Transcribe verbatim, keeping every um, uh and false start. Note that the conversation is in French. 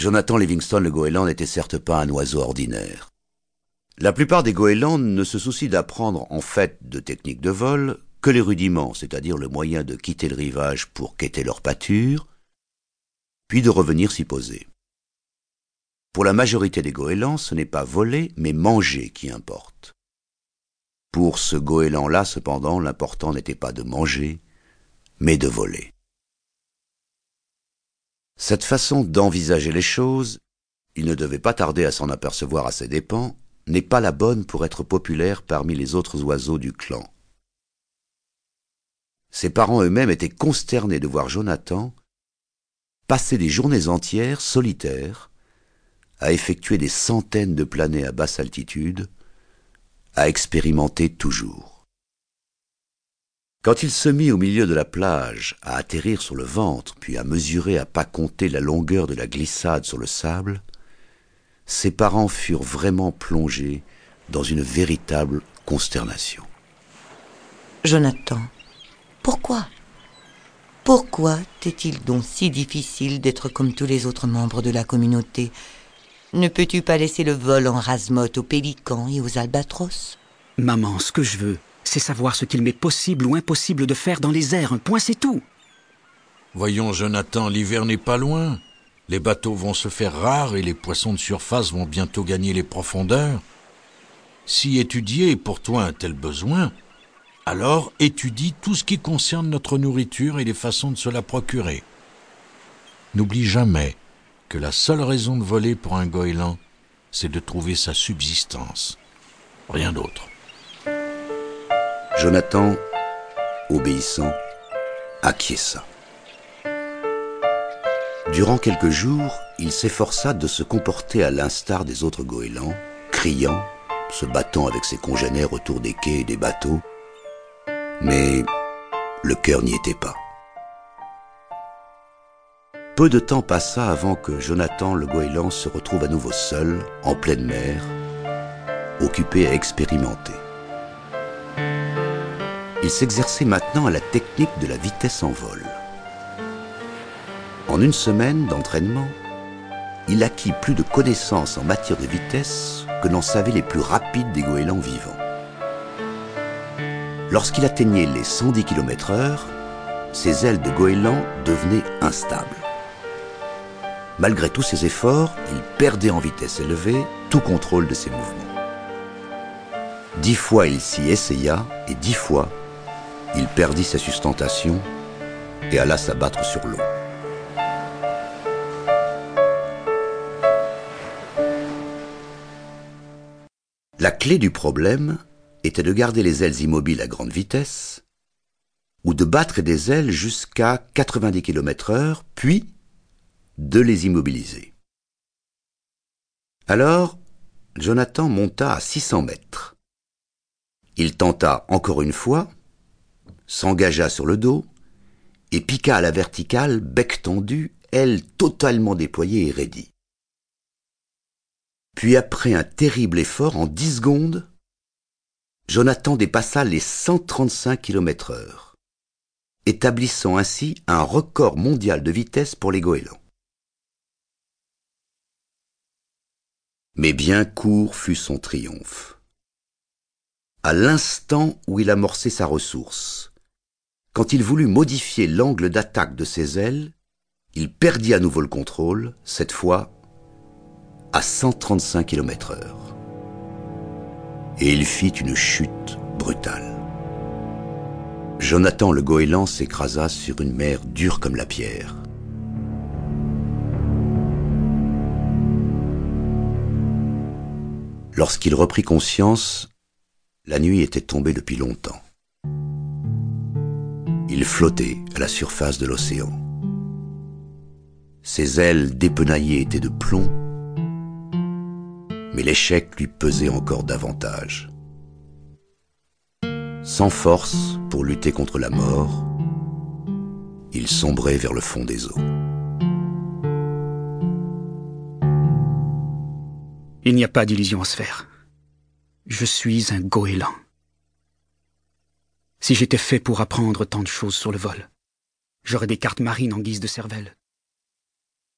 Jonathan Livingston le goéland n'était certes pas un oiseau ordinaire. La plupart des goélands ne se soucient d'apprendre en fait de techniques de vol que les rudiments, c'est-à-dire le moyen de quitter le rivage pour quêter leur pâture, puis de revenir s'y poser. Pour la majorité des goélands, ce n'est pas voler, mais manger qui importe. Pour ce goéland-là, cependant, l'important n'était pas de manger, mais de voler. Cette façon d'envisager les choses, il ne devait pas tarder à s'en apercevoir à ses dépens, n'est pas la bonne pour être populaire parmi les autres oiseaux du clan. Ses parents eux-mêmes étaient consternés de voir Jonathan passer des journées entières, solitaires, à effectuer des centaines de planées à basse altitude, à expérimenter toujours. Quand il se mit au milieu de la plage, à atterrir sur le ventre, puis à mesurer à pas compter la longueur de la glissade sur le sable, ses parents furent vraiment plongés dans une véritable consternation. Jonathan, pourquoi Pourquoi t'est-il donc si difficile d'être comme tous les autres membres de la communauté ? Ne peux-tu pas laisser le vol en rase-motte aux pélicans et aux albatros ? Maman, ce que je veux, c'est savoir ce qu'il m'est possible ou impossible de faire dans les airs. Un point, c'est tout. Voyons, Jonathan, l'hiver n'est pas loin. Les bateaux vont se faire rares et les poissons de surface vont bientôt gagner les profondeurs. Si étudier est pour toi un tel besoin, alors étudie tout ce qui concerne notre nourriture et les façons de se la procurer. N'oublie jamais que la seule raison de voler pour un goéland, c'est de trouver sa subsistance. Rien d'autre. Jonathan, obéissant, acquiesça. Durant quelques jours, il s'efforça de se comporter à l'instar des autres goélands, criant, se battant avec ses congénères autour des quais et des bateaux, mais le cœur n'y était pas. Peu de temps passa avant que Jonathan le goéland se retrouve à nouveau seul, en pleine mer, occupé à expérimenter. Il s'exerçait maintenant à la technique de la vitesse en vol. En une semaine d'entraînement, il acquit plus de connaissances en matière de vitesse que n'en savaient les plus rapides des goélands vivants. Lorsqu'il atteignait les cent dix kilomètres heure, ses ailes de goéland devenaient instables. Malgré tous ses efforts, il perdait en vitesse élevée tout contrôle de ses mouvements. Dix fois il s'y essaya et dix fois il perdit sa sustentation et alla s'abattre sur l'eau. La clé du problème était de garder les ailes immobiles à grande vitesse ou de battre des ailes jusqu'à quatre-vingt-dix kilomètres heure, puis de les immobiliser. Alors, Jonathan monta à six cents mètres. Il tenta encore une fois, s'engagea sur le dos et piqua à la verticale, bec tendu, ailes totalement déployées et raidies. Puis après un terrible effort, en dix secondes, Jonathan dépassa les cent trente-cinq kilomètres heure, établissant ainsi un record mondial de vitesse pour les goélands. Mais bien court fut son triomphe. À l'instant où il amorçait sa ressource, quand il voulut modifier l'angle d'attaque de ses ailes, il perdit à nouveau le contrôle, cette fois à cent trente-cinq kilomètres heure. Et il fit une chute brutale. Jonathan le goéland s'écrasa sur une mer dure comme la pierre. Lorsqu'il reprit conscience, la nuit était tombée depuis longtemps. Il flottait à la surface de l'océan. Ses ailes dépenaillées étaient de plomb, mais l'échec lui pesait encore davantage. Sans force pour lutter contre la mort, il sombrait vers le fond des eaux. Il n'y a pas d'illusion à se faire. Je suis un goéland. Si j'étais fait pour apprendre tant de choses sur le vol, j'aurais des cartes marines en guise de cervelle.